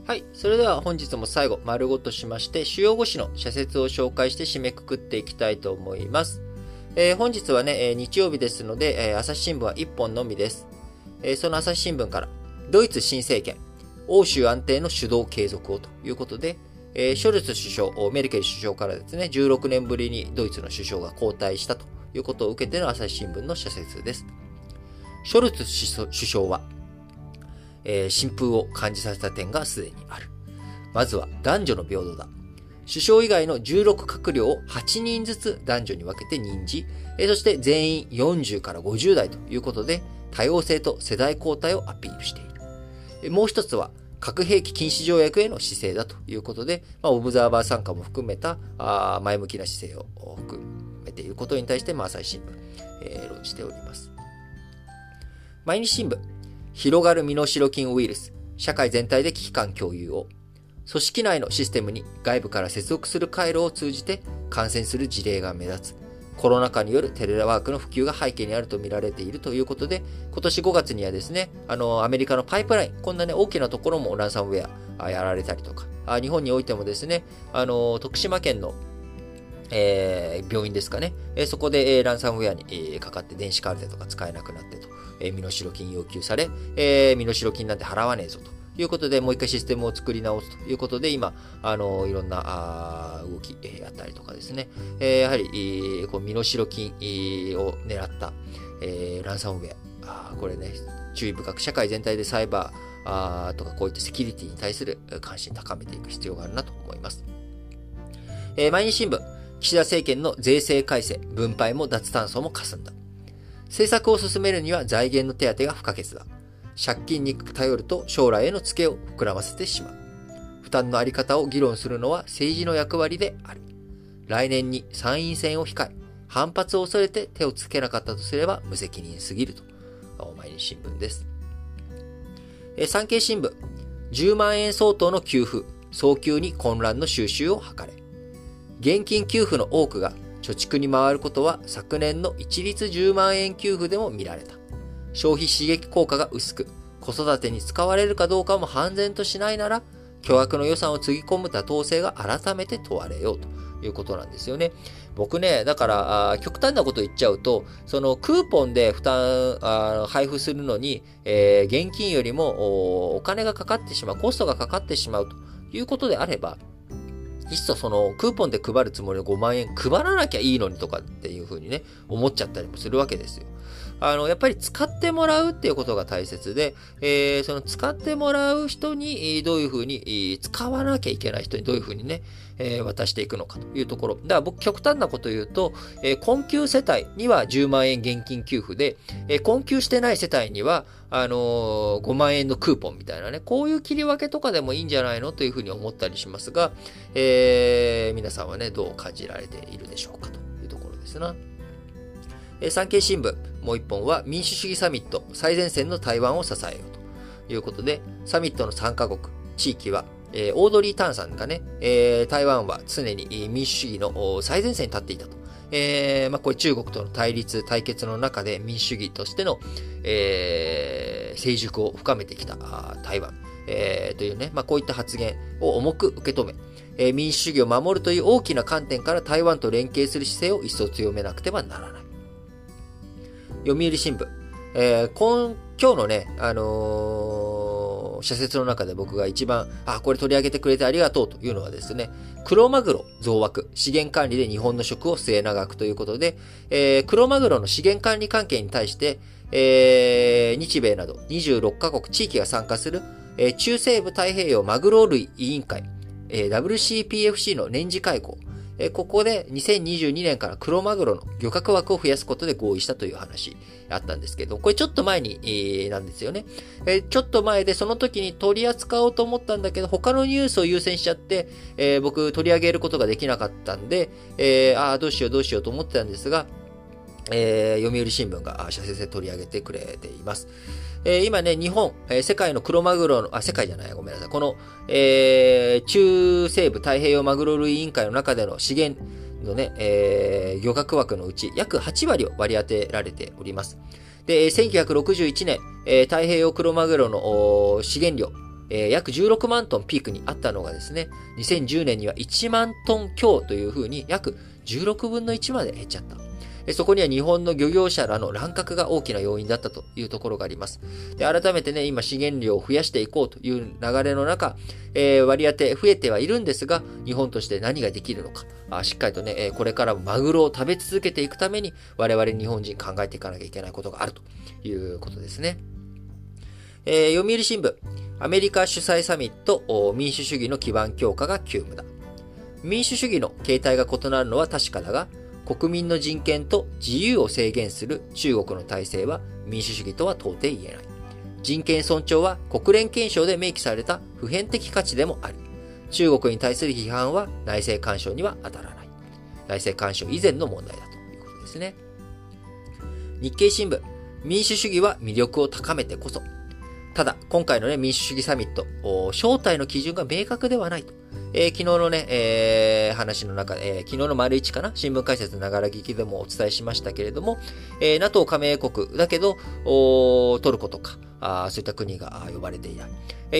はい。それでは本日も最後、丸ごとしまして、主要5紙の社説を紹介して締めくくっていきたいと思います。本日はね、日曜日ですので、朝日新聞は1本のみです。その朝日新聞から、ドイツ新政権、欧州安定の主導継続をということで、ショルツ首相、メルケル首相からですね、16年ぶりにドイツの首相が交代したということを受けての朝日新聞の社説です。ショルツ首相は、新風を感じさせた点がすでにある。まずは男女の平等だ。首相以外の16閣僚を8人ずつ男女に分けて任じ、そして全員40から50代ということで、多様性と世代交代をアピールしている。もう一つは、核兵器禁止条約への姿勢だということで、オブザーバー参加も含めた前向きな姿勢を含めていることに対して、朝日新聞、論しております。毎日新聞。広がる身代金ウイルス、社会全体で危機感共有を。組織内のシステムに外部から接続する回路を通じて感染する事例が目立つ。コロナ禍によるテレワークの普及が背景にあると見られているということで、今年5月にはですね、アメリカのパイプライン、こんなね、大きなところもランサムウェアやられたりとか、日本においてもですね、徳島県の病院ですかね。そこで、ランサムウェアに、かかって電子カルテとか使えなくなってと、身代金要求され、身代金なんて払わねえぞということで、もう一回システムを作り直すということで、今、いろんな動き、やったりとかですね。やはり、身代金を狙った、ランサムウェア。これね、注意深く社会全体でサイバーとかこういったセキュリティに対する関心を高めていく必要があるなと思います。毎日新聞。岸田政権の税制改正、分配も脱炭素も霞んだ。政策を進めるには財源の手当が不可欠だ。借金に頼ると将来へのツケを膨らませてしまう。負担のあり方を議論するのは政治の役割である。来年に参院選を控え、反発を恐れて手をつけなかったとすれば無責任すぎると。毎日新聞です。産経新聞、10万円相当の給付、早急に混乱の収集を図れ。現金給付の多くが貯蓄に回ることは昨年の一律10万円給付でも見られた。消費刺激効果が薄く、子育てに使われるかどうかも判然としないなら、巨額の予算をつぎ込む妥当性が改めて問われようということなんですよね。僕ね、だから、極端なこと言っちゃうと、そのクーポンで配布するのに、現金よりもお金がかかってしまう、コストがかかってしまうということであれば、いっそそのクーポンで配るつもりの5万円配らなきゃいいのにとかっていうふうにね、思っちゃったりもするわけですよ。やっぱり使ってもらうっていうことが大切で、その使ってもらう人にどういうふうに、使わなきゃいけない人にどういうふうにね、渡していくのかというところ。だから僕極端なこと言うと、困窮世帯には10万円現金給付で、困窮してない世帯には、5万円のクーポンみたいなね、こういう切り分けとかでもいいんじゃないのというふうに思ったりしますが、皆さんはね、どう感じられているでしょうかというところですな。産経新聞、もう一本は民主主義サミット、最前線の台湾を支えようということで、サミットの参加国、地域は、オードリー・タンさんがね、台湾は常に民主主義の最前線に立っていたと。これ中国との対決の中で民主主義としての、成熟を深めてきた台湾、というね、こういった発言を重く受け止め、民主主義を守るという大きな観点から台湾と連携する姿勢を一層強めなくてはならない。読売新聞、今日のね、社説の中で僕が一番、これ取り上げてくれてありがとうというのはですね、クロマグロ増枠、資源管理で日本の食を末永くということで、クロマグロの資源管理関係に対して、日米など26カ国地域が参加する、中西部太平洋マグロ類委員会、WCPFC の年次会合、ここで2022年からクロマグロの漁獲枠を増やすことで合意したという話あったんですけど、これちょっと前に、なんですよね。ちょっと前でその時に取り扱おうと思ったんだけど、他のニュースを優先しちゃって、僕取り上げることができなかったんで、どうしようと思ってたんですが、読売新聞が社説で取り上げてくれています。今ね、日本、世界のクロマグロの、世界じゃない、ごめんなさい。この、中西部太平洋マグロ類委員会の中での資源のね、漁獲枠のうち約8割を割り当てられております。で、1961年、太平洋クロマグロの資源量約16万トンピークにあったのがですね、2010年には1万トン強というふうに約16分の1まで減っちゃった。そこには日本の漁業者らの乱獲が大きな要因だったというところがあります。で、改めてね、今資源量を増やしていこうという流れの中、割り当て増えてはいるんですが、日本として何ができるのか、しっかりとね、これからもマグロを食べ続けていくために、我々日本人考えていかなきゃいけないことがあるということですね。読売新聞、アメリカ主催サミット、民主主義の基盤強化が急務だ。民主主義の形態が異なるのは確かだが、国民の人権と自由を制限する中国の体制は民主主義とは到底言えない。人権尊重は国連憲章で明記された普遍的価値でもあり、中国に対する批判は内政干渉には当たらない。内政干渉以前の問題だということですね。日経新聞、民主主義は魅力を高めてこそ。ただ、今回のね、民主主義サミット、招待の基準が明確ではないと。昨日のね、話の中で、昨日の丸一かな、新聞解説ながら聞きでもお伝えしましたけれども、NATO 加盟国だけど、トルコとか、そういった国が呼ばれていない。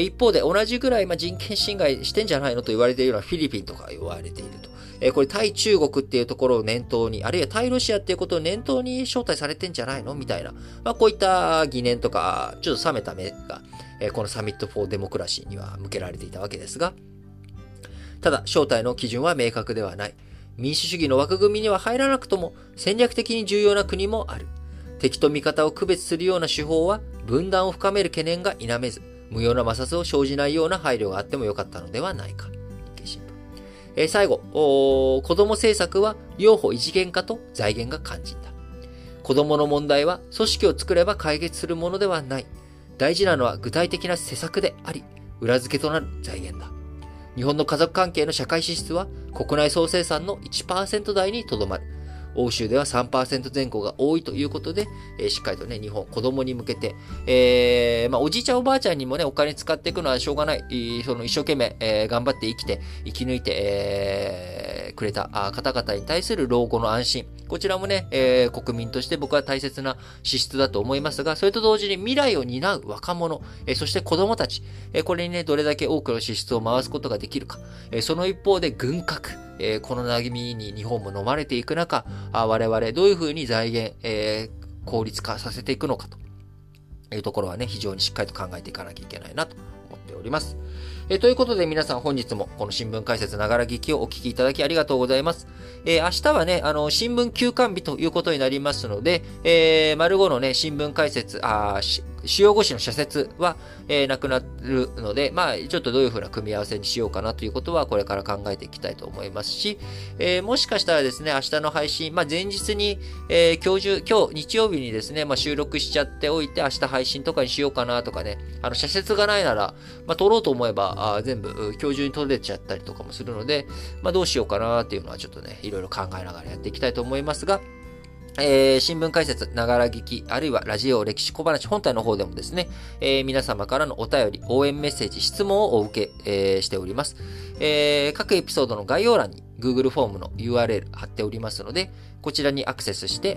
一方で、同じぐらい、人権侵害してんじゃないのと言われているようなフィリピンとか言われていると。これ対中国っていうところを念頭に、あるいは対ロシアっていうことを念頭に招待されてんじゃないのみたいな。こういった疑念とか、ちょっと冷めた目が、このサミットフォーデモクラシーには向けられていたわけですが、ただ、招待の基準は明確ではない。民主主義の枠組みには入らなくとも、戦略的に重要な国もある。敵と味方を区別するような手法は、分断を深める懸念が否めず、無用な摩擦を生じないような配慮があってもよかったのではないか。日経新聞。最後、子供政策は、両方異次元化と財源が肝心だ。子供の問題は、組織を作れば解決するものではない。大事なのは具体的な施策であり、裏付けとなる財源だ。日本の家族関係の社会支出は国内総生産の 1% 台にとどまる。欧州では 3% 前後が多いということで、しっかりとね、日本、子供に向けて、おじいちゃんおばあちゃんにもね、お金使っていくのはしょうがない。その一生懸命、頑張って生き抜いて、くれた方々に対する老後の安心。こちらもね、国民として僕は大切な資質だと思いますが、それと同時に未来を担う若者、そして子供たち、これにね、どれだけ多くの資質を回すことができるか。その一方で軍拡。この波に日本も飲まれていく中、我々どういうふうに財源、効率化させていくのかというところはね、非常にしっかりと考えていかなきゃいけないなと思っております。ということで皆さん本日もこの新聞解説ながら聞きをお聞きいただきありがとうございます。明日はね、新聞休刊日ということになりますので、丸5のね、新聞解説、主要語詞の社説は、なくなるので、ちょっとどういう風な組み合わせにしようかなということはこれから考えていきたいと思いますし、もしかしたらですね、明日の配信、前日に、今日日曜日にですね、収録しちゃっておいて明日配信とかにしようかなとかね、社説がないなら、撮ろうと思えば全部今日中に撮れちゃったりとかもするので、どうしようかなっていうのはちょっとね、いろいろ考えながらやっていきたいと思いますが、新聞解説、ながら聞き、あるいはラジオ歴史小話本体の方でもですね、皆様からのお便り、応援メッセージ、質問をお受け、しております。各エピソードの概要欄に Google フォームの URL 貼っておりますので、こちらにアクセスして、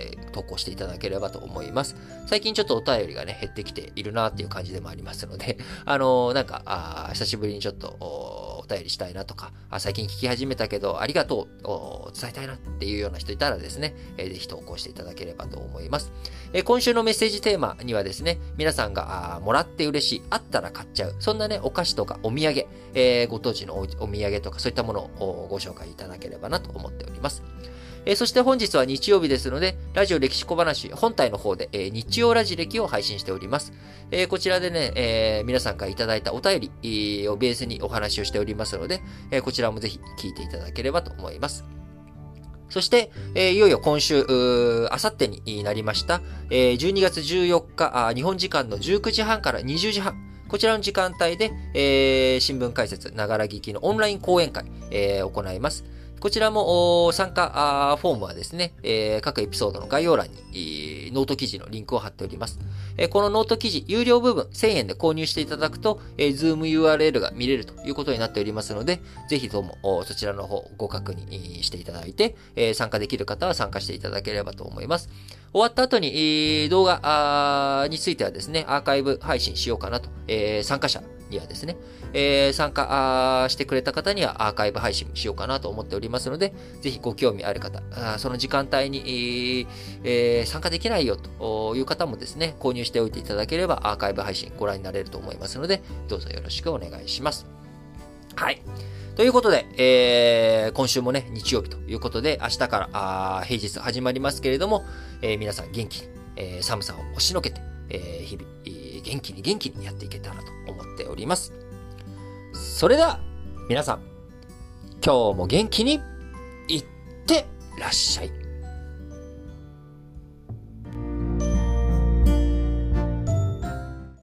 投稿していただければと思います。最近ちょっとお便りがね、減ってきているなっていう感じでもありますので、久しぶりにちょっとお便りしたいなとか、最近聞き始めたけどありがとう伝えたいなっていうような人いたらですね、ぜひ投稿していただければと思います。今週のメッセージテーマにはですね、皆さんがもらって嬉しい、あったら買っちゃう、そんなね、お菓子とかお土産、ご当地のお土産とかそういったものをご紹介いただければなと思っております。そして本日は日曜日ですので、ラジオ歴史小話本体の方で、日曜ラジ歴を配信しております。こちらでね、皆さんからいただいたお便りをベースにお話をしておりますので、こちらもぜひ聞いていただければと思います。そして、いよいよ今週、あさってになりました、12月14日日本時間の19時半から20時半、こちらの時間帯で、新聞解説、ながら聞きのオンライン講演会、行います。 こちらも参加フォームはですね、各エピソードの概要欄にノート記事のリンクを貼っております。このノート記事、有料部分1000円で購入していただくと、Zoom URL が見れるということになっておりますので、ぜひともそちらの方ご確認していただいて、参加できる方は参加していただければと思います。終わった後に動画についてはですね、アーカイブ配信しようかなと、参加者にはですね、参加してくれた方にはアーカイブ配信しようかなと思っておりますので、ぜひご興味ある方、その時間帯に、参加できないよという方もですね、購入しておいていただければアーカイブ配信ご覧になれると思いますので、どうぞよろしくお願いします。はい。ということで、今週もね、日曜日ということで、明日から平日始まりますけれども、皆さん元気に、寒さを押しのけて、日々、元気にやっていけたらと思っております。それでは、皆さん、今日も元気にいってらっしゃい。